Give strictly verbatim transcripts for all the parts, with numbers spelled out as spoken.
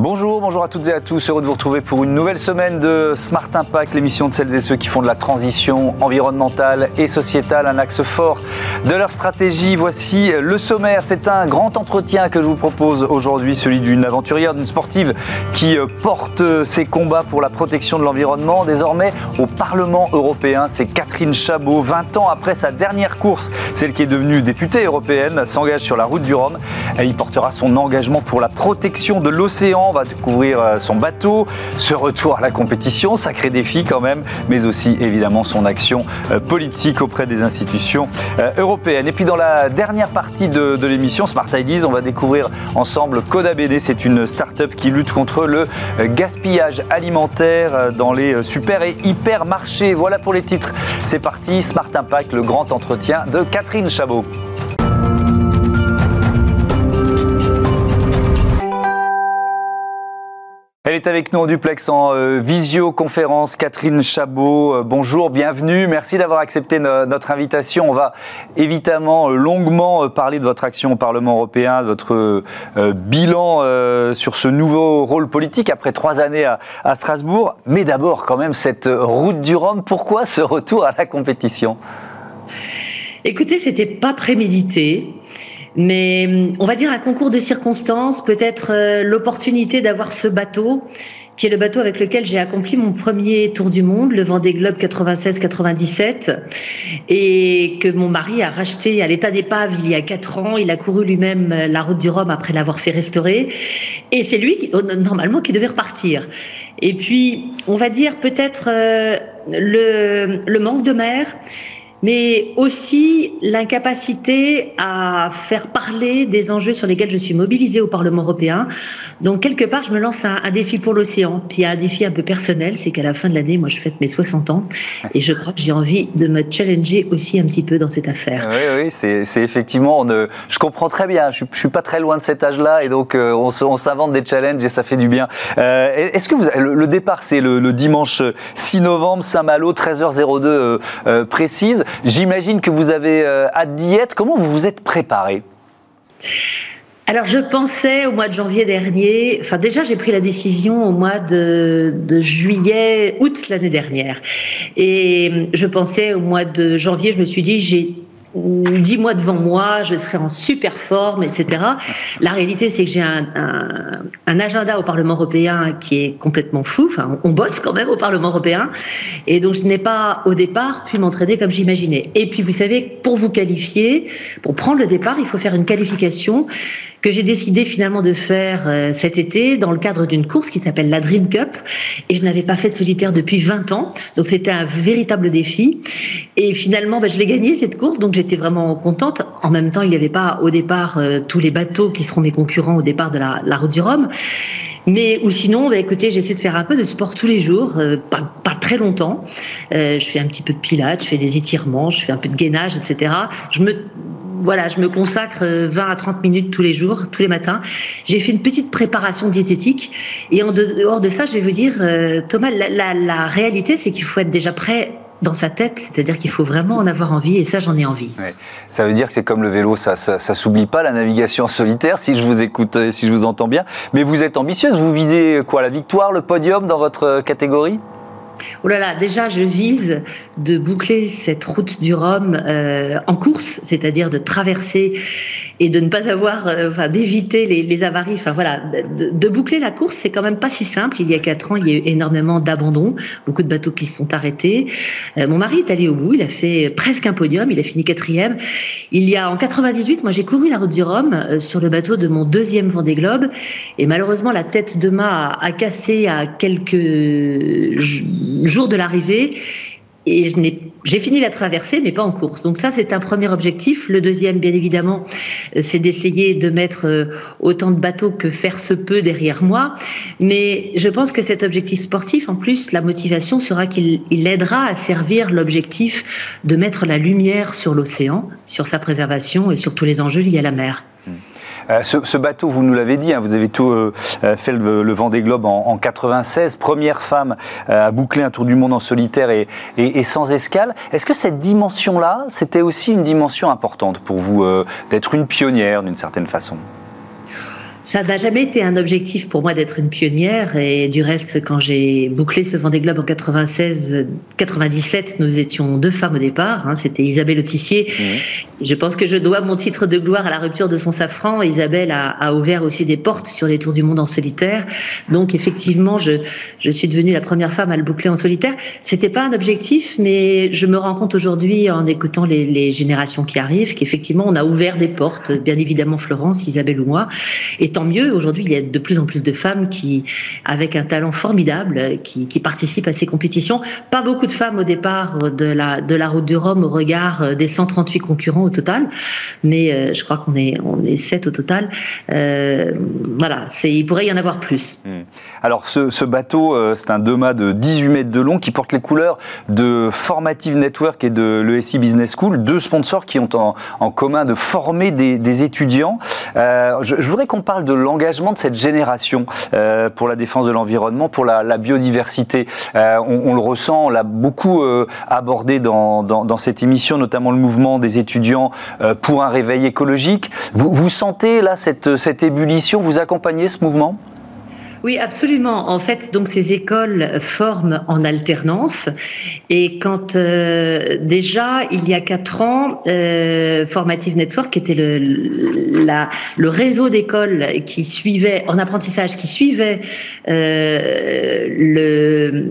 Bonjour, bonjour à toutes et à tous, heureux de vous retrouver pour une nouvelle semaine de Smart Impact, l'émission de celles et ceux qui font de la transition environnementale et sociétale un axe fort de leur stratégie. Voici le sommaire, c'est un grand entretien que je vous propose aujourd'hui, celui d'une aventurière, d'une sportive qui porte ses combats pour la protection de l'environnement, désormais au Parlement européen. C'est Catherine Chabaud, vingt ans après sa dernière course, celle qui est devenue députée européenne, s'engage sur la route du Rhum. Elle y portera son engagement pour la protection de l'océan. On va découvrir son bateau, ce retour à la compétition, sacré défi quand même, mais aussi évidemment son action politique auprès des institutions européennes. Et puis dans la dernière partie de, de l'émission Smart Ideas, on va découvrir ensemble Coda B D. C'est une start-up qui lutte contre le gaspillage alimentaire dans les super et hyper marchés. Voilà pour les titres. C'est parti, Smart Impact, le grand entretien de Catherine Chabaud. Elle est avec nous en duplex en euh, visioconférence. Catherine Chabaud, euh, bonjour, bienvenue. Merci d'avoir accepté no- notre invitation. On va évidemment euh, longuement euh, parler de votre action au Parlement européen, de votre euh, bilan euh, sur ce nouveau rôle politique après trois années à, à Strasbourg. Mais d'abord, quand même, cette route du Rhum. Pourquoi ce retour à la compétition ? Écoutez, c'était pas prémédité. Mais on va dire un concours de circonstances, peut-être euh, l'opportunité d'avoir ce bateau, qui est le bateau avec lequel j'ai accompli mon premier tour du monde, le Vendée Globe quatre-vingt-seize quatre-vingt-dix-sept, et que mon mari a racheté à l'état d'épave il y a quatre ans. Il a couru lui-même la route du Rhum après l'avoir fait restaurer, et c'est lui qui, normalement, qui devait repartir. Et puis, on va dire peut-être euh, le, le manque de mer, mais aussi l'incapacité à faire parler des enjeux sur lesquels je suis mobilisée au Parlement européen. Donc, quelque part, je me lance un, un défi pour l'océan. Puis, il y a un défi un peu personnel, c'est qu'à la fin de l'année, moi, je fête mes soixante ans, et je crois que j'ai envie de me challenger aussi un petit peu dans cette affaire. Oui, oui, c'est, c'est effectivement, on, euh, je comprends très bien, je ne suis pas très loin de cet âge-là, et donc euh, on, on s'invente des challenges et ça fait du bien. Euh, est-ce que vous, le, le départ, c'est le, le dimanche six novembre, Saint-Malo, treize heures deux euh, euh, précise. J'imagine que vous avez euh, hâte d'y être. Comment vous vous êtes préparé ? Alors, je pensais au mois de janvier dernier, enfin déjà j'ai pris la décision au mois de, de juillet, août l'année dernière. Et je pensais au mois de janvier, je me suis dit, j'ai dix mois devant moi, je serai en super forme, et cetera. La réalité, c'est que j'ai un, un, un agenda au Parlement européen qui est complètement fou. Enfin, on bosse quand même au Parlement européen. Et donc, je n'ai pas, au départ, pu m'entraîner comme j'imaginais. Et puis, vous savez, pour vous qualifier, pour prendre le départ, il faut faire une qualification que j'ai décidé finalement de faire euh, cet été dans le cadre d'une course qui s'appelle la Dream Cup. Et je n'avais pas fait de solitaire depuis vingt ans. Donc, c'était un véritable défi. Et finalement, bah, je l'ai gagné, cette course. Donc, j'étais vraiment contente. En même temps, il n'y avait pas au départ euh, tous les bateaux qui seront mes concurrents au départ de la, la route du Rhum. Mais ou sinon, bah, écoutez, j'essaie de faire un peu de sport tous les jours, euh, pas, pas très longtemps. Euh, je fais un petit peu de pilates, je fais des étirements, je fais un peu de gainage, et cetera. Je me Voilà, je me consacre vingt à trente minutes tous les jours, tous les matins. J'ai fait une petite préparation diététique. Et en dehors de ça, je vais vous dire, euh, Thomas, la, la, la réalité, c'est qu'il faut être déjà prêt dans sa tête, c'est-à-dire qu'il faut vraiment en avoir envie, et ça, j'en ai envie. Ouais. Ça veut dire que c'est comme le vélo, ça, ça, ça s'oublie pas, la navigation en solitaire, si je vous écoute, si je vous entends bien. Mais vous êtes ambitieuse, vous visez quoi, la victoire, le podium dans votre catégorie ? Oh là là, déjà, je vise de boucler cette route du Rhum euh, en course, c'est-à-dire de traverser et de ne pas avoir, euh, enfin, d'éviter les, les avaries. Enfin voilà, de, de boucler la course, c'est quand même pas si simple. Il y a quatre ans, il y a eu énormément d'abandons, beaucoup de bateaux qui se sont arrêtés. Euh, mon mari est allé au bout, il a fait presque un podium, il a fini quatrième. Il y a en quatre-vingt-dix-huit, moi j'ai couru la route du Rhum euh, sur le bateau de mon deuxième Vendée Globe, et malheureusement la tête de mât a, a cassé à quelques jours de l'arrivée. Et je n'ai, j'ai fini la traversée, mais pas en course. Donc ça, c'est un premier objectif. Le deuxième, bien évidemment, c'est d'essayer de mettre autant de bateaux que faire se peut derrière moi. Mais je pense que cet objectif sportif, en plus, la motivation sera qu'il il aidera à servir l'objectif de mettre la lumière sur l'océan, sur sa préservation et sur tous les enjeux liés à la mer. Mmh. Euh, ce, ce bateau, vous nous l'avez dit, hein, vous avez tout euh, fait le, le Vendée Globe en, en quatre-vingt-seize, première femme euh, à boucler un tour du monde en solitaire et, et, et sans escale. Est-ce que cette dimension-là, c'était aussi une dimension importante pour vous, euh, d'être une pionnière d'une certaine façon ? Ça n'a jamais été un objectif pour moi d'être une pionnière, et du reste, quand j'ai bouclé ce Vendée Globe en quatre-vingt-seize quatre-vingt-dix-sept, nous étions deux femmes au départ, hein, c'était Isabelle Autissier. Mmh. Je pense que je dois mon titre de gloire à la rupture de son safran. Isabelle a, a ouvert aussi des portes sur les tours du monde en solitaire, donc effectivement je, je suis devenue la première femme à le boucler en solitaire. C'était pas un objectif, mais je me rends compte aujourd'hui en écoutant les, les générations qui arrivent qu'effectivement on a ouvert des portes, bien évidemment Florence, Isabelle ou moi, et tant mieux. Aujourd'hui, il y a de plus en plus de femmes qui, avec un talent formidable, qui, qui participent à ces compétitions. Pas beaucoup de femmes au départ de la, de la Route du Rhum au regard des cent trente-huit concurrents au total, mais euh, je crois qu'on est, on est sept au total. Euh, voilà, c'est, il pourrait y en avoir plus. Alors, ce, ce bateau, euh, c'est un deux mâts de dix-huit mètres de long qui porte les couleurs de Formative Network et de l'E S I Business School, deux sponsors qui ont en, en commun de former des, des étudiants. Euh, je, je voudrais qu'on parle de l'engagement de cette génération euh, pour la défense de l'environnement, pour la, la biodiversité. Euh, on, on le ressent, on l'a beaucoup euh, abordé dans, dans, dans cette émission, notamment le mouvement des étudiants euh, pour un réveil écologique. Vous, vous sentez là cette, cette ébullition, vous accompagnez ce mouvement ? Oui, absolument. En fait, donc ces écoles forment en alternance, et quand euh, déjà il y a quatre ans, euh, Formative Network, qui était le, la, le réseau d'écoles qui suivait en apprentissage, qui suivait euh, le,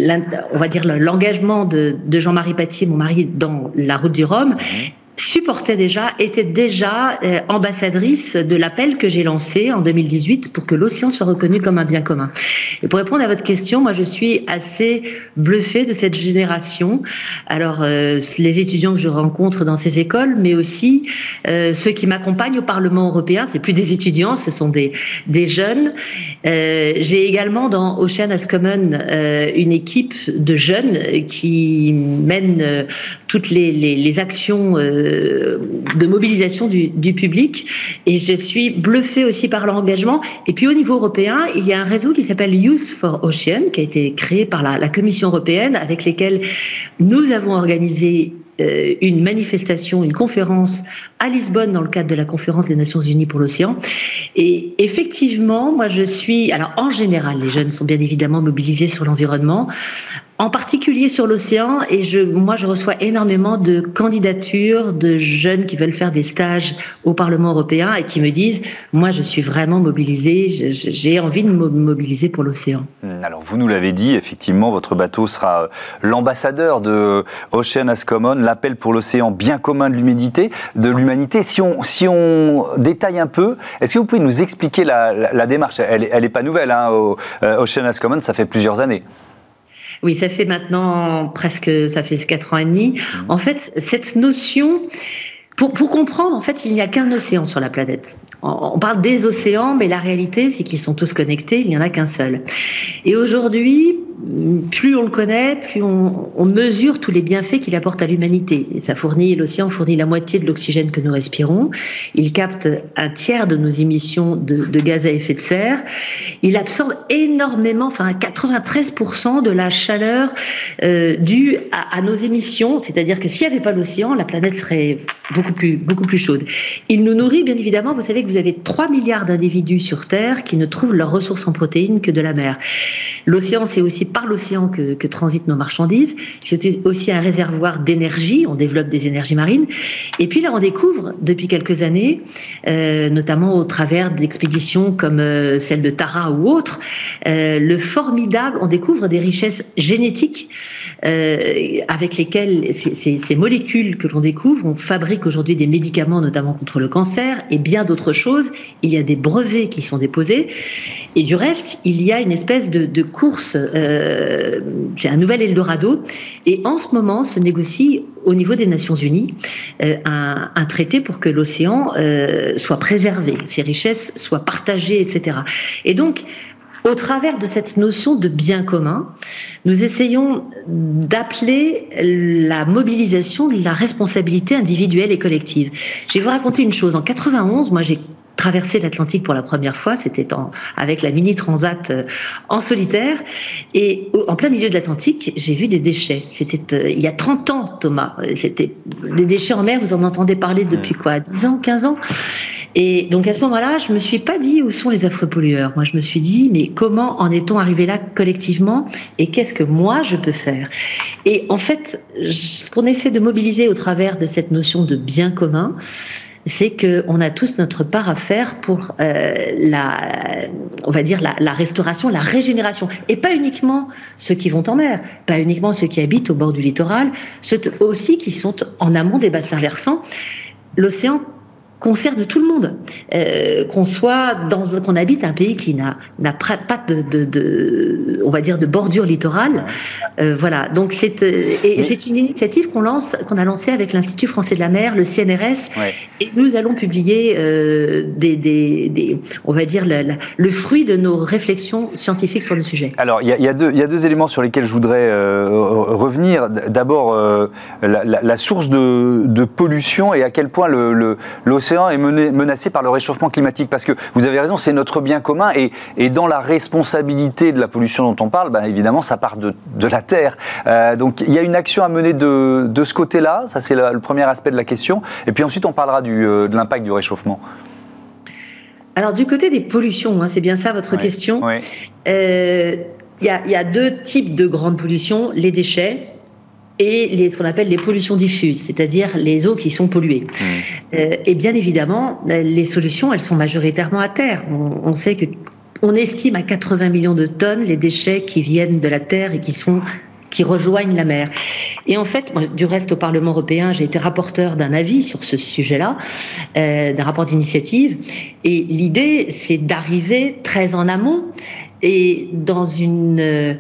on va dire l'engagement de, de Jean-Marie Patier, mon mari, dans la Route du Rhum, supportait déjà, était déjà euh, ambassadrice de l'appel que j'ai lancé en deux mille dix-huit pour que l'océan soit reconnu comme un bien commun. Et pour répondre à votre question, moi je suis assez bluffée de cette génération. Alors euh, les étudiants que je rencontre dans ces écoles, mais aussi euh, ceux qui m'accompagnent au Parlement européen, c'est plus des étudiants, ce sont des, des jeunes. Euh, j'ai également dans Oceanas Common euh, une équipe de jeunes qui mènent euh, toutes les, les, les actions euh, de mobilisation du, du public, et je suis bluffée aussi par l'engagement. Et puis au niveau européen, il y a un réseau qui s'appelle Youth for Ocean, qui a été créé par la, la Commission européenne, avec lesquels nous avons organisé euh, une manifestation, une conférence à Lisbonne dans le cadre de la conférence des Nations Unies pour l'océan. Et effectivement, moi je suis, alors en général, les jeunes sont bien évidemment mobilisés sur l'environnement, en particulier sur l'océan, et je, moi je reçois énormément de candidatures de jeunes qui veulent faire des stages au Parlement européen et qui me disent « moi je suis vraiment mobilisée, je, j'ai envie de me mobiliser pour l'océan ». Alors vous nous l'avez dit, effectivement votre bateau sera l'ambassadeur de Oceanas Common, l'appel pour l'océan bien commun de l'humanité. De l'humanité. Si on, si on détaille un peu, est-ce que vous pouvez nous expliquer la, la, la démarche ? Elle n'est pas nouvelle, hein, au, euh, Oceanas Common, ça fait plusieurs années. Oui, ça fait maintenant presque, ça fait quatre ans et demi. En fait, cette notion, pour, pour comprendre, en fait, il n'y a qu'un océan sur la planète. On parle des océans, mais la réalité, c'est qu'ils sont tous connectés, il n'y en a qu'un seul. Et aujourd'hui, plus on le connaît, plus on, on mesure tous les bienfaits qu'il apporte à l'humanité. Et ça fournit, l'océan fournit la moitié de l'oxygène que nous respirons. Il capte un tiers de nos émissions de, de gaz à effet de serre. Il absorbe énormément, enfin quatre-vingt-treize pour cent de la chaleur euh, due à, à nos émissions. C'est-à-dire que s'il n'y avait pas l'océan, la planète serait beaucoup plus, beaucoup plus chaude. Il nous nourrit, bien évidemment. Vous savez que vous avez trois milliards d'individus sur Terre qui ne trouvent leurs ressources en protéines que de la mer. L'océan, c'est aussi par l'océan que, que transitent nos marchandises. C'est aussi un réservoir d'énergie. On développe des énergies marines. Et puis là, on découvre depuis quelques années, euh, notamment au travers d'expéditions comme euh, celle de Tara ou autres, euh, le formidable, on découvre des richesses génétiques euh, avec lesquelles ces, ces, ces molécules que l'on découvre, on fabrique aujourd'hui des médicaments, notamment contre le cancer et bien d'autres choses. Il y a des brevets qui sont déposés. Et du reste, il y a une espèce de, de course, euh, c'est un nouvel Eldorado. Et en ce moment, se négocie au niveau des Nations Unies euh, un, un traité pour que l'océan euh, soit préservé, ses richesses soient partagées, et cetera. Et donc, au travers de cette notion de bien commun, nous essayons d'appeler la mobilisation de la responsabilité individuelle et collective. Je vais vous raconter une chose. En quatre-vingt-onze, moi j'ai traversé l'Atlantique pour la première fois, c'était en, avec la Mini Transat euh, en solitaire, et au, en plein milieu de l'Atlantique, j'ai vu des déchets. C'était euh, il y a trente ans, Thomas. C'était des déchets en mer, vous en entendez parler depuis quoi, dix ans, quinze ans? Et donc à ce moment-là, je me suis pas dit où sont les affreux pollueurs. Moi, je me suis dit, mais comment en est-on arrivé là collectivement et qu'est-ce que moi je peux faire? Et en fait, ce qu'on essaie de mobiliser au travers de cette notion de bien commun, c'est qu'on a tous notre part à faire pour euh, la, on va dire la, la restauration, la régénération, et pas uniquement ceux qui vont en mer, pas uniquement ceux qui habitent au bord du littoral, ceux aussi qui sont en amont des bassins versants. L'océan concerne tout le monde, euh, qu'on soit dans, qu'on habite un pays qui n'a n'a pas de, de, de, on va dire de bordure littorale, euh, voilà. Donc c'est et, et c'est une initiative qu'on lance, qu'on a lancée avec l'Institut français de la mer, le C N R S, ouais. Et nous allons publier euh, des, des, des, on va dire le, le fruit de nos réflexions scientifiques sur le sujet. Alors il y a, il y a deux, il y a deux éléments sur lesquels je voudrais euh, revenir. D'abord euh, la, la, la source de, de pollution et à quel point le, le, l'océan est menacé par le réchauffement climatique, parce que vous avez raison, c'est notre bien commun, et, et dans la responsabilité de la pollution dont on parle, ben évidemment ça part de, de la Terre, euh, donc il y a une action à mener de, de ce côté-là, ça c'est le, le premier aspect de la question, et puis ensuite on parlera du, euh, de l'impact du réchauffement. Alors du côté des pollutions, hein, c'est bien ça votre ouais, question, ouais. Euh, y a, y a deux types de grandes pollutions, les déchets et les, ce qu'on appelle les pollutions diffuses, c'est-à-dire les eaux qui sont polluées. Mmh. Euh, et bien évidemment, les solutions, elles sont majoritairement à terre. On, on sait que, on estime à quatre-vingts millions de tonnes les déchets qui viennent de la terre et qui sont qui rejoignent la mer. Et en fait, moi, du reste, au Parlement européen, j'ai été rapporteur d'un avis sur ce sujet-là, euh, d'un rapport d'initiative. Et l'idée, c'est d'arriver très en amont et dans une, euh,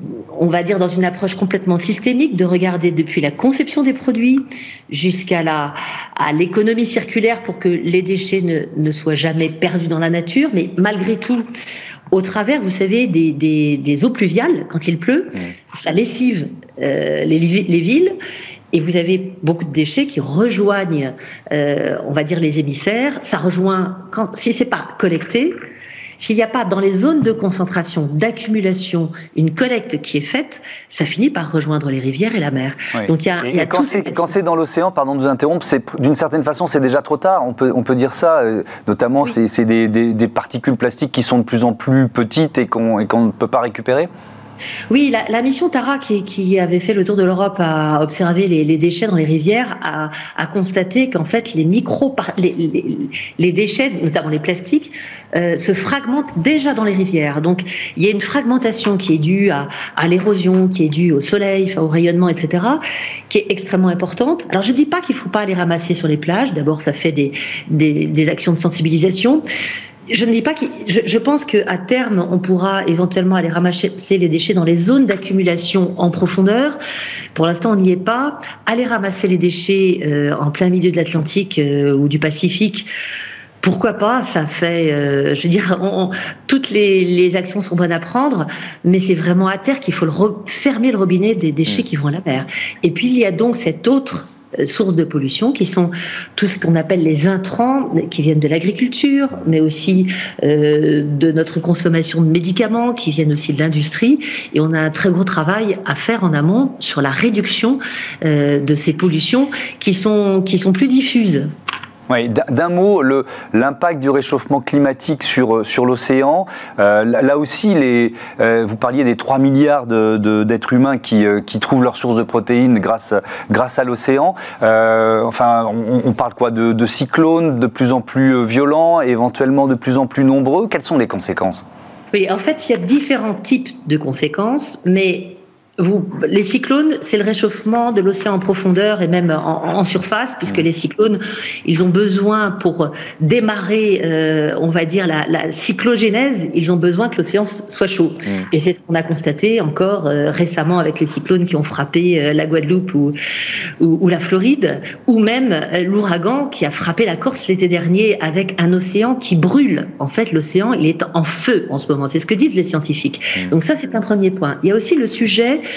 on va dire dans une approche complètement systémique, de regarder depuis la conception des produits jusqu'à la, à l'économie circulaire pour que les déchets ne, ne soient jamais perdus dans la nature, mais malgré tout, au travers, vous savez, des, des, des eaux pluviales, quand il pleut, mmh. ça lessive euh, les, les villes. Et vous avez beaucoup de déchets qui rejoignent, euh, on va dire, les émissaires. Ça rejoint, quand, si c'est pas collecté, s'il n'y a pas dans les zones de concentration, d'accumulation, une collecte qui est faite, ça finit par rejoindre les rivières et la mer. Oui. Donc il y a, et il y a quand, c'est, quand c'est dans l'océan, pardon de vous interrompre, c'est, d'une certaine façon, c'est déjà trop tard. On peut, on peut dire ça. Euh, notamment, oui. c'est, c'est des, des, des particules plastiques qui sont de plus en plus petites et qu'on, et qu'on ne peut pas récupérer. Oui, la, la mission Tara, qui, qui avait fait le tour de l'Europe à observer les, les déchets dans les rivières, a, a constaté qu'en fait les micro, les, les, les déchets, notamment les plastiques, euh, se fragmentent déjà dans les rivières. Donc il y a une fragmentation qui est due à, à l'érosion, qui est due au soleil, enfin, au rayonnement, et cetera, qui est extrêmement importante. Alors je dis pas qu'il faut pas les ramasser sur les plages. D'abord, ça fait des, des, des actions de sensibilisation. Je ne dis pas que je, je pense qu'à terme, on pourra éventuellement aller ramasser les déchets dans les zones d'accumulation en profondeur. Pour l'instant, on n'y est pas. Aller ramasser les déchets euh, en plein milieu de l'Atlantique euh, ou du Pacifique, pourquoi pas? Ça fait, euh, je veux dire, on, on, toutes les, les actions sont bonnes à prendre, mais c'est vraiment à terre qu'il faut le re, fermer le robinet des déchets qui vont à la mer. Et puis, il y a donc cette autre sources de pollution qui sont tout ce qu'on appelle les intrants qui viennent de l'agriculture, mais aussi euh, de notre consommation de médicaments qui viennent aussi de l'industrie, et on a un très gros travail à faire en amont sur la réduction euh, de ces pollutions qui sont, qui sont plus diffuses. Oui, d'un mot, le, l'impact du réchauffement climatique sur, sur l'océan. Euh, là aussi, les, euh, vous parliez des trois milliards de, de, d'êtres humains qui, euh, qui trouvent leur source de protéines grâce, grâce à l'océan. Euh, enfin, on, on parle quoi de, de cyclones de plus en plus violents, éventuellement de plus en plus nombreux. Quelles sont les conséquences? Oui, en fait, il y a différents types de conséquences, mais Vous, les cyclones, c'est le réchauffement de l'océan en profondeur et même en, en surface, puisque les cyclones, ils ont besoin pour démarrer, euh, on va dire, la, la cyclogénèse, ils ont besoin que l'océan soit chaud. Mmh. Et c'est ce qu'on a constaté encore euh, récemment avec les cyclones qui ont frappé euh, la Guadeloupe ou, ou, ou la Floride, ou même euh, l'ouragan qui a frappé la Corse l'été dernier avec un océan qui brûle. En fait, l'océan, il est en feu en ce moment. C'est ce que disent les scientifiques. Mmh. Donc ça, c'est un premier point. Il y a aussi le sujet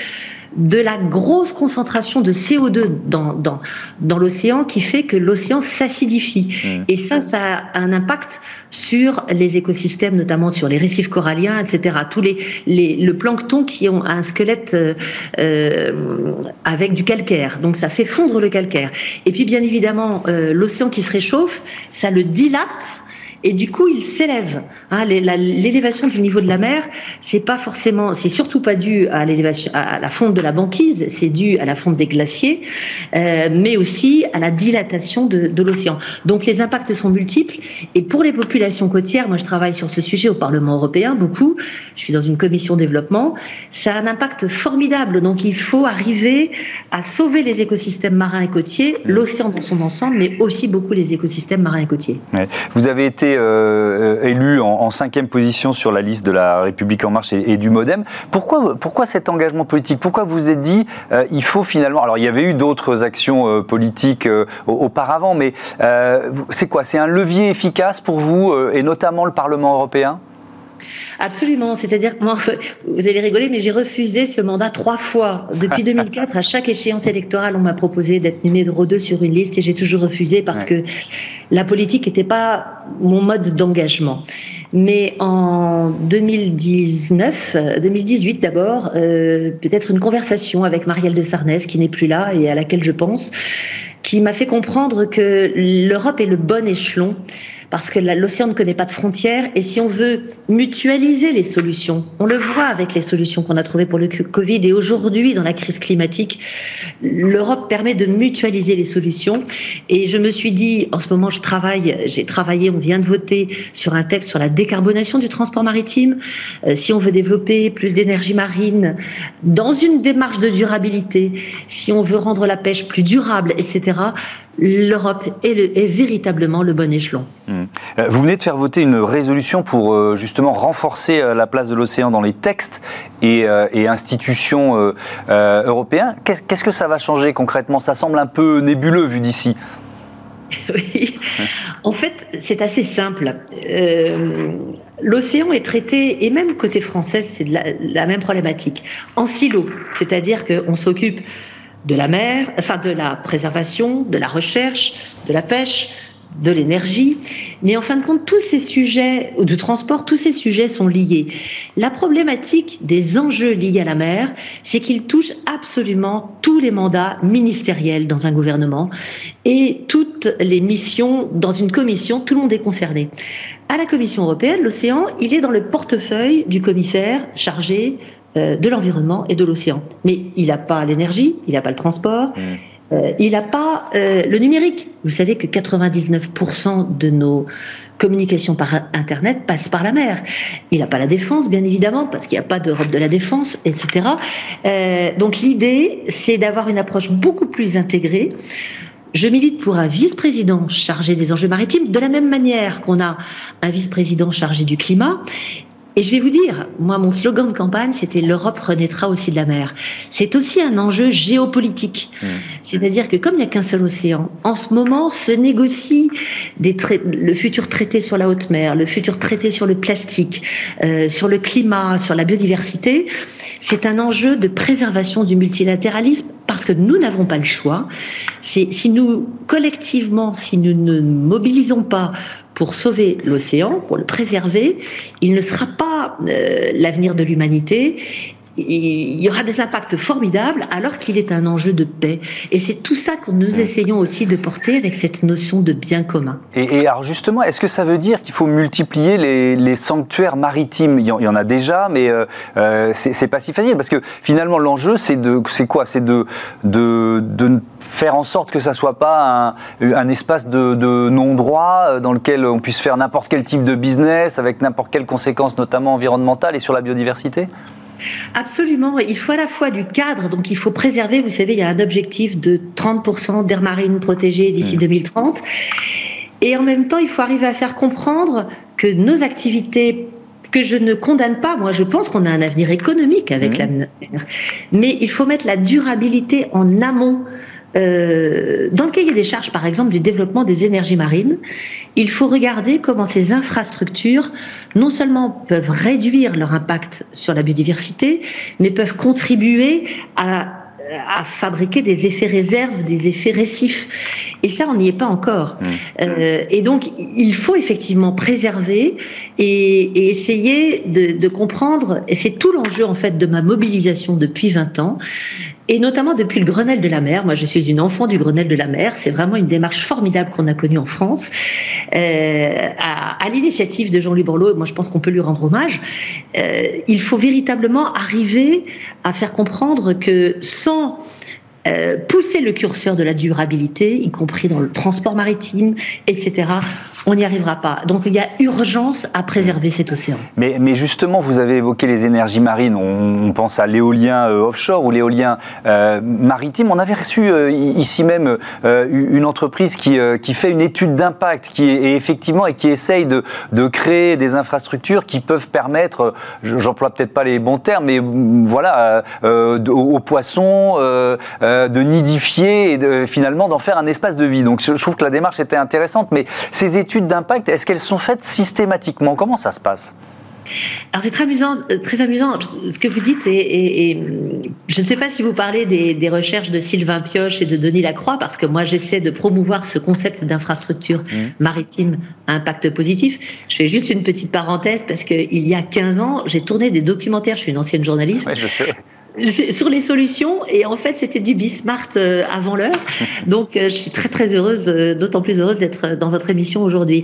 de la grosse concentration de C O deux dans, dans, dans l'océan qui fait que l'océan s'acidifie. Mmh. Et ça, ça a un impact sur les écosystèmes, notamment sur les récifs coralliens, et cetera. Tous les, les, le plancton qui ont un squelette euh, avec du calcaire. Donc ça fait fondre le calcaire. Et puis bien évidemment, euh, l'océan qui se réchauffe, ça le dilate. Et du coup, il s'élève. Hein, l'élévation du niveau de la mer, c'est pas forcément, c'est surtout pas dû à l'élévation, à la fonte de la banquise, c'est dû à la fonte des glaciers, euh, mais aussi à la dilatation de, de l'océan. Donc, les impacts sont multiples. Et pour les populations côtières, moi, je travaille sur ce sujet au Parlement européen beaucoup. Je suis dans une commission développement. Ça a un impact formidable. Donc, il faut arriver à sauver les écosystèmes marins et côtiers, l'océan dans son ensemble, mais aussi beaucoup les écosystèmes marins et côtiers. Ouais. Vous avez été Euh, élu en, en cinquième position sur la liste de la République En Marche et, et du Modem. Pourquoi, pourquoi cet engagement politique? Pourquoi vous vous êtes dit euh, il faut finalement... Alors il y avait eu d'autres actions euh, politiques euh, auparavant, mais euh, c'est quoi? C'est un levier efficace pour vous euh, et notamment le Parlement européen? Absolument, c'est-à-dire que moi, vous allez rigoler, mais j'ai refusé ce mandat trois fois. Depuis deux mille quatre, à chaque échéance électorale, on m'a proposé d'être numéro deux sur une liste et j'ai toujours refusé parce ouais. que la politique n'était pas mon mode d'engagement. Mais en deux mille dix-neuf, deux mille dix-huit d'abord, euh, peut-être une conversation avec Marielle de Sarnez, qui n'est plus là et à laquelle je pense, qui m'a fait comprendre que l'Europe est le bon échelon parce que l'océan ne connaît pas de frontières et si on veut mutualiser les solutions, on le voit avec les solutions qu'on a trouvées pour le Covid et aujourd'hui dans la crise climatique, l'Europe permet de mutualiser les solutions et je me suis dit, en ce moment je travaille, j'ai travaillé, on vient de voter sur un texte sur la décarbonation du transport maritime, euh, si on veut développer plus d'énergie marine dans une démarche de durabilité, si on veut rendre la pêche plus durable, et cetera, l'Europe est, le, est véritablement le bon échelon. Mmh. Vous venez de faire voter une résolution pour euh, justement renforcer euh, la place de l'océan dans les textes et, euh, et institutions euh, euh, européens. Qu'est-ce, qu'est-ce que ça va changer concrètement? Ça semble un peu nébuleux vu d'ici. Oui, en fait, c'est assez simple. Euh, l'océan est traité, et même côté français, c'est de la, la même problématique, en silo. C'est-à-dire qu'on s'occupe de la mer, enfin de la préservation, de la recherche, de la pêche, de l'énergie. Mais en fin de compte, tous ces sujets, ou du transport, tous ces sujets sont liés. La problématique des enjeux liés à la mer, c'est qu'ils touchent absolument tous les mandats ministériels dans un gouvernement et toutes les missions dans une commission, tout le monde est concerné. À la Commission européenne, l'océan, il est dans le portefeuille du commissaire chargé de l'environnement et de l'océan. Mais il n'a pas l'énergie, il n'a pas le transport, mmh. euh, il n'a pas euh, le numérique. Vous savez que quatre-vingt-dix-neuf pour cent de nos communications par Internet passent par la mer. Il n'a pas la défense, bien évidemment, parce qu'il n'y a pas d'Europe de la défense, et cetera. Euh, donc l'idée, c'est d'avoir une approche beaucoup plus intégrée. Je milite pour un vice-président chargé des enjeux maritimes, de la même manière qu'on a un vice-président chargé du climat. Et je vais vous dire, moi, mon slogan de campagne, c'était « L'Europe renaîtra aussi de la mer ». C'est aussi un enjeu géopolitique. Mmh. C'est-à-dire que comme il n'y a qu'un seul océan, en ce moment se négocie des tra- le futur traité sur la haute mer, le futur traité sur le plastique, euh, sur le climat, sur la biodiversité. C'est un enjeu de préservation du multilatéralisme parce que nous n'avons pas le choix. C'est, si nous, collectivement, si nous ne mobilisons pas pour sauver l'océan, pour le préserver, il ne sera pas euh, l'avenir de l'humanité. Il y aura des impacts formidables alors qu'il est un enjeu de paix. Et c'est tout ça que nous essayons aussi de porter avec cette notion de bien commun. Et, et alors justement, est-ce que ça veut dire qu'il faut multiplier les, les sanctuaires maritimes? Il y, en, il y en a déjà, mais euh, euh, c'est, c'est pas si facile parce que finalement l'enjeu c'est de, c'est quoi? C'est de, de, de faire en sorte que ça soit pas un, un espace de, de non-droit dans lequel on puisse faire n'importe quel type de business avec n'importe quelles conséquences, notamment environnementales et sur la biodiversité. Absolument, il faut à la fois du cadre, donc il faut préserver, vous savez, il y a un objectif de trente pour cent d'aires marines protégées d'ici mmh. deux mille trente, et en même temps il faut arriver à faire comprendre que nos activités, que je ne condamne pas, moi je pense qu'on a un avenir économique avec mmh. la mer, mais il faut mettre la durabilité en amont euh, dans le cahier des charges, par exemple, du développement des énergies marines, il faut regarder comment ces infrastructures non seulement peuvent réduire leur impact sur la biodiversité, mais peuvent contribuer à à fabriquer des effets réserves, des effets récifs. Et ça, on n'y est pas encore. Mmh. Euh, et donc, il faut effectivement préserver et, et essayer de, de comprendre, et c'est tout l'enjeu en fait de ma mobilisation depuis vingt ans, et notamment depuis le Grenelle de la mer. Moi, je suis une enfant du Grenelle de la mer. C'est vraiment une démarche formidable qu'on a connue en France, euh, à, à l'initiative de Jean-Louis Borloo. Moi, je pense qu'on peut lui rendre hommage. Euh, il faut véritablement arriver à faire comprendre que sans euh, pousser le curseur de la durabilité, y compris dans le transport maritime, et cetera, on n'y arrivera pas. Donc il y a urgence à préserver cet océan. Mais, mais justement, vous avez évoqué les énergies marines. On, on pense à l'éolien euh, offshore ou l'éolien euh, maritime. On avait reçu euh, ici même euh, une entreprise qui, euh, qui fait une étude d'impact, qui est, et effectivement et qui essaye de, de créer des infrastructures qui peuvent permettre, j'emploie peut-être pas les bons termes, mais voilà, euh, de, aux poissons euh, euh, de nidifier et de, finalement d'en faire un espace de vie. Donc je, je trouve que la démarche était intéressante, mais ces études d'impact, est-ce qu'elles sont faites systématiquement? Comment ça se passe? Alors c'est très amusant, très amusant ce que vous dites, et, et, et je ne sais pas si vous parlez des, des recherches de Sylvain Pioche et de Denis Lacroix, parce que moi j'essaie de promouvoir ce concept d'infrastructure mmh. maritime à impact positif. Je fais juste une petite parenthèse, parce qu'il y a quinze ans, j'ai tourné des documentaires, je suis une ancienne journaliste. Ouais, je sais. Sur les solutions, et en fait c'était du Bismart euh, avant l'heure, donc euh, je suis très très heureuse, euh, d'autant plus heureuse d'être dans votre émission aujourd'hui.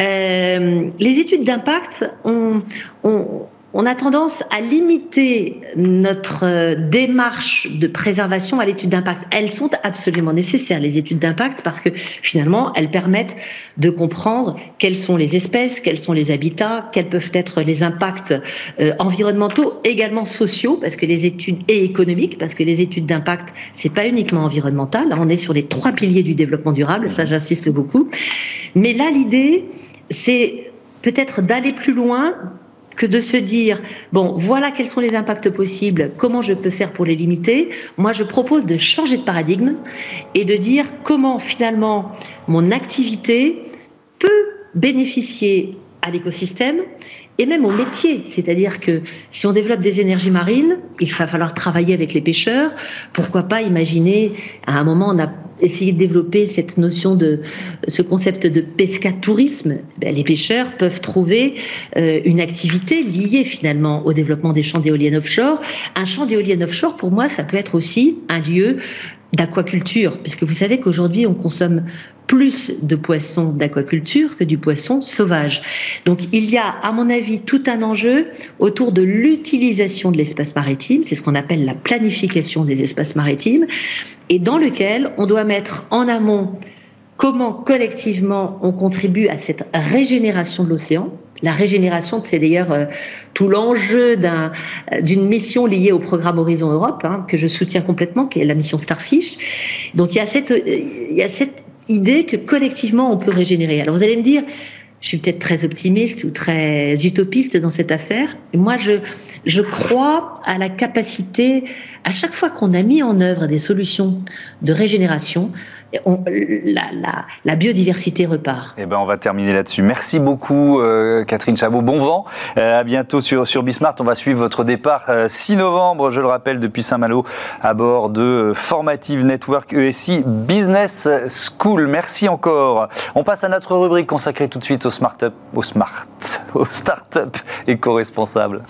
Euh, les études d'impact ont, ont on a tendance à limiter notre démarche de préservation à l'étude d'impact. Elles sont absolument nécessaires, les études d'impact, parce que finalement, elles permettent de comprendre quelles sont les espèces, quels sont les habitats, quels peuvent être les impacts euh, environnementaux, également sociaux, parce que les études, et économiques, parce que les études d'impact, c'est pas uniquement environnemental. Là, on est sur les trois piliers du développement durable, ça j'insiste beaucoup. Mais là, l'idée, c'est peut-être d'aller plus loin, que de se dire, bon, voilà quels sont les impacts possibles, comment je peux faire pour les limiter. Moi, je propose de changer de paradigme et de dire comment, finalement, mon activité peut bénéficier à l'écosystème et même au métier. C'est-à-dire que si on développe des énergies marines, il va falloir travailler avec les pêcheurs. Pourquoi pas imaginer, à un moment, on a essayé de développer cette notion de, ce concept de pescatourisme. Ben, les pêcheurs peuvent trouver euh, une activité liée finalement au développement des champs d'éoliennes offshore. Un champ d'éoliennes offshore, pour moi, ça peut être aussi un lieu d'aquaculture, puisque vous savez qu'aujourd'hui, on consomme plus de poissons d'aquaculture que du poisson sauvage. Donc, il y a, à mon avis, tout un enjeu autour de l'utilisation de l'espace maritime. C'est ce qu'on appelle la planification des espaces maritimes, et dans lequel on doit mettre en amont comment collectivement on contribue à cette régénération de l'océan. La régénération, c'est d'ailleurs euh, tout l'enjeu d'un, d'une mission liée au programme Horizon Europe, hein, que je soutiens complètement, qui est la mission Starfish. Donc il y a cette, il y a cette idée que collectivement on peut régénérer. Alors vous allez me dire, je suis peut-être très optimiste ou très utopiste dans cette affaire. Moi, je, je crois à la capacité, à chaque fois qu'on a mis en œuvre des solutions de régénération, on, la, la, la biodiversité repart. Eh ben, on va terminer là-dessus. Merci beaucoup, euh, Catherine Chabot. Bon vent. Euh, à bientôt sur, sur Bismart. On va suivre votre départ euh, six novembre, je le rappelle, depuis Saint-Malo, à bord de Formative Network E S I Business School. Merci encore. On passe à notre rubrique consacrée tout de suite au Smart-up, au Smart, au Start-up éco-responsable.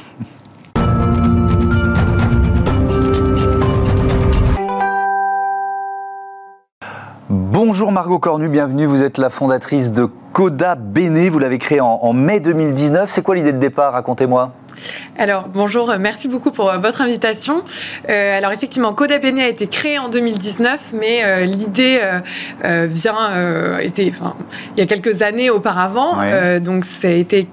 Bonjour Margot Cornu, bienvenue. Vous êtes la fondatrice de Coda Bene. Vous l'avez créé en, en mai deux mille dix-neuf. C'est quoi l'idée de départ? Racontez-moi. Alors, bonjour, merci beaucoup pour votre invitation. Euh, alors, effectivement, Coda Bene a été créé en deux mille dix-neuf, mais euh, l'idée euh, vient, euh, était, enfin, il y a quelques années auparavant. Ouais. Euh, donc, ça a été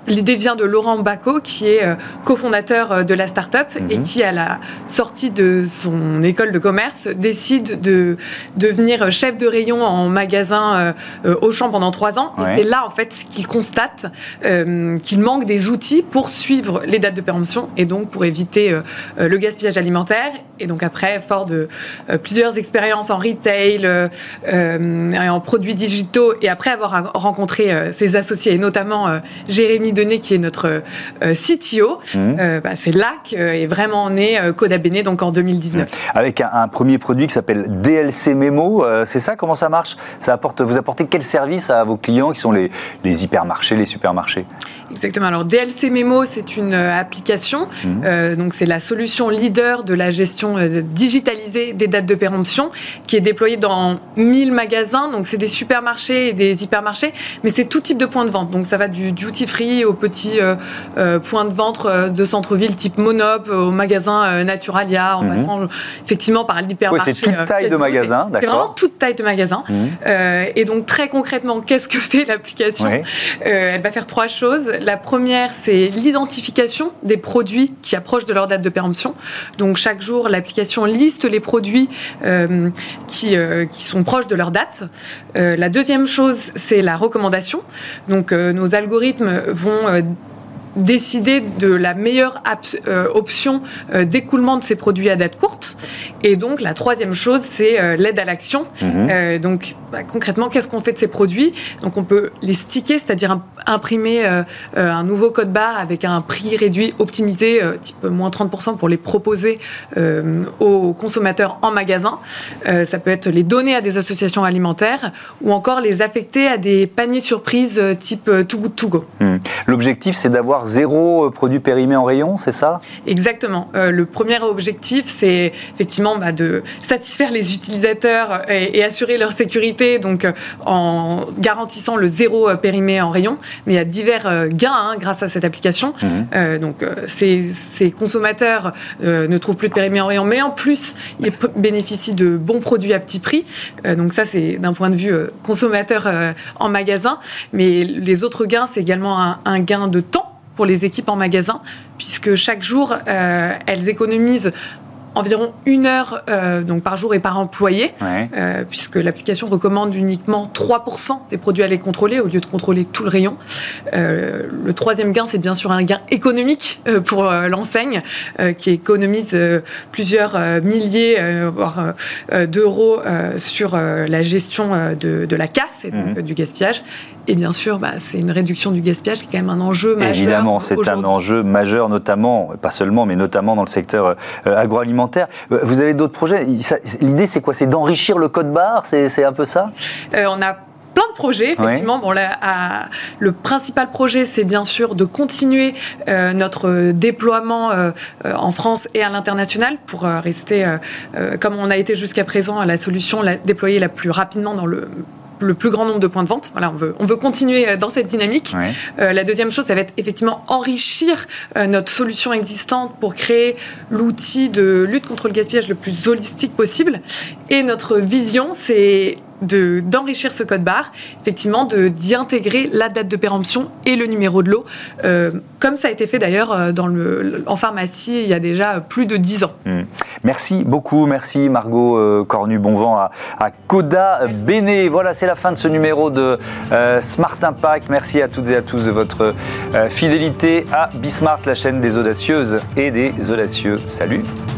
l'idée vient de Laurent Bacot, qui est euh, cofondateur de la start-up mmh. et qui, à la sortie de son école de commerce, décide de devenir chef de rayon en magasin euh, Auchan pendant trois ans. Ouais. Et c'est là, en fait, qu'il constate euh, qu'il manque des outils pour suivre les dates de péremption et donc pour éviter euh, le gaspillage alimentaire. Et donc après, fort de euh, plusieurs expériences en retail euh, euh, et en produits digitaux, et après avoir rencontré euh, ses associés, et notamment euh, Jérémy Denet, qui est notre euh, C T O, mmh. euh, bah, c'est là qu'est vraiment né euh, Coda Bene, donc en deux mille dix-neuf. Mmh. Avec un, un premier produit qui s'appelle D L C Memo, euh, c'est ça? Comment ça marche? Ça apporte, vous apportez quel service à vos clients qui sont les, les hypermarchés, les supermarchés? Exactement. Alors D L C Memo, c'est une euh, application, mmh. euh, donc c'est la solution leader de la gestion euh, digitalisée des dates de péremption, qui est déployée dans mille magasins. Donc c'est des supermarchés et des hypermarchés, mais c'est tout type de points de vente. Donc ça va du duty free aux petits euh, euh, points de vente euh, de centre-ville type Monop, au magasin euh, Naturalia, en mmh. passant effectivement par l'hypermarché. Oui, c'est toute taille euh, de magasin, d'accord. C'est vraiment toute taille de magasin. Mmh. Euh, et donc très concrètement, qu'est-ce que fait l'application? Oui. euh, Elle va faire trois choses. La première, c'est l'identification des produits qui approchent de leur date de péremption. Donc chaque jour, l'application liste les produits euh, qui, euh, qui sont proches de leur date. Euh, la deuxième chose, c'est la recommandation. Donc euh, nos algorithmes vont euh, décider de la meilleure euh, option euh, d'écoulement de ces produits à date courte. Et donc, la troisième chose, c'est euh, l'aide à l'action. Mmh. Euh, donc, bah, concrètement, qu'est-ce qu'on fait de ces produits? Donc, on peut les sticker, c'est-à-dire imp- imprimer euh, euh, un nouveau code barre avec un prix réduit, optimisé, euh, type moins trente pour cent, pour les proposer euh, aux consommateurs en magasin. Euh, ça peut être les donner à des associations alimentaires ou encore les affecter à des paniers surprises euh, type euh, Too Good To Go. Mmh. L'objectif, c'est d'avoir zéro produit périmé en rayon, c'est ça? Exactement. Euh, le premier objectif, c'est effectivement bah, de satisfaire les utilisateurs et, et assurer leur sécurité, donc euh, en garantissant le zéro euh, périmé en rayon. Mais il y a divers euh, gains hein, grâce à cette application. Mmh. Euh, donc euh, ces, ces consommateurs euh, ne trouvent plus de périmé en rayon, mais en plus, ils p- bénéficient de bons produits à petit prix. Euh, donc ça, c'est d'un point de vue euh, consommateur euh, en magasin. Mais les autres gains, c'est également un, un gain de temps pour les équipes en magasin, puisque chaque jour, euh, elles économisent environ une heure euh, donc par jour et par employé, ouais. euh, puisque l'application recommande uniquement trois pour cent des produits à les contrôler au lieu de contrôler tout le rayon. Euh, le troisième gain, c'est bien sûr un gain économique euh, pour euh, l'enseigne, euh, qui économise euh, plusieurs euh, milliers, euh, voire euh, d'euros euh, sur euh, la gestion euh, de, de la casse et donc mmh. euh, du gaspillage. Et bien sûr, bah, c'est une réduction du gaspillage qui est quand même un enjeu majeur. Évidemment, c'est un enjeu majeur, notamment, pas seulement, mais notamment dans le secteur euh, agroalimentaire. Vous avez d'autres projets? L'idée, c'est quoi? C'est d'enrichir le code barre? C'est, c'est un peu ça? euh, On a plein de projets, effectivement. Oui. Bon, là, à, le principal projet, c'est bien sûr de continuer euh, notre déploiement euh, en France et à l'international pour euh, rester, euh, euh, comme on a été jusqu'à présent, la solution la, déployée la plus rapidement dans le le plus grand nombre de points de vente. Voilà, on veut, on veut continuer dans cette dynamique. Ouais. Euh, la deuxième chose, ça va être effectivement enrichir euh, notre solution existante pour créer l'outil de lutte contre le gaspillage le plus holistique possible. Et notre vision, c'est de, d'enrichir ce code barre, effectivement, de, d'y intégrer la date de péremption et le numéro de lot, euh, comme ça a été fait d'ailleurs dans le, en pharmacie il y a déjà plus de dix ans. Mmh. Merci beaucoup, merci Margot euh, Cornu-Bonvent à, à Coda Bene. Voilà, c'est la fin de ce numéro de euh, Smart Impact. Merci à toutes et à tous de votre euh, fidélité à Bismart, la chaîne des audacieuses et des audacieux. Salut!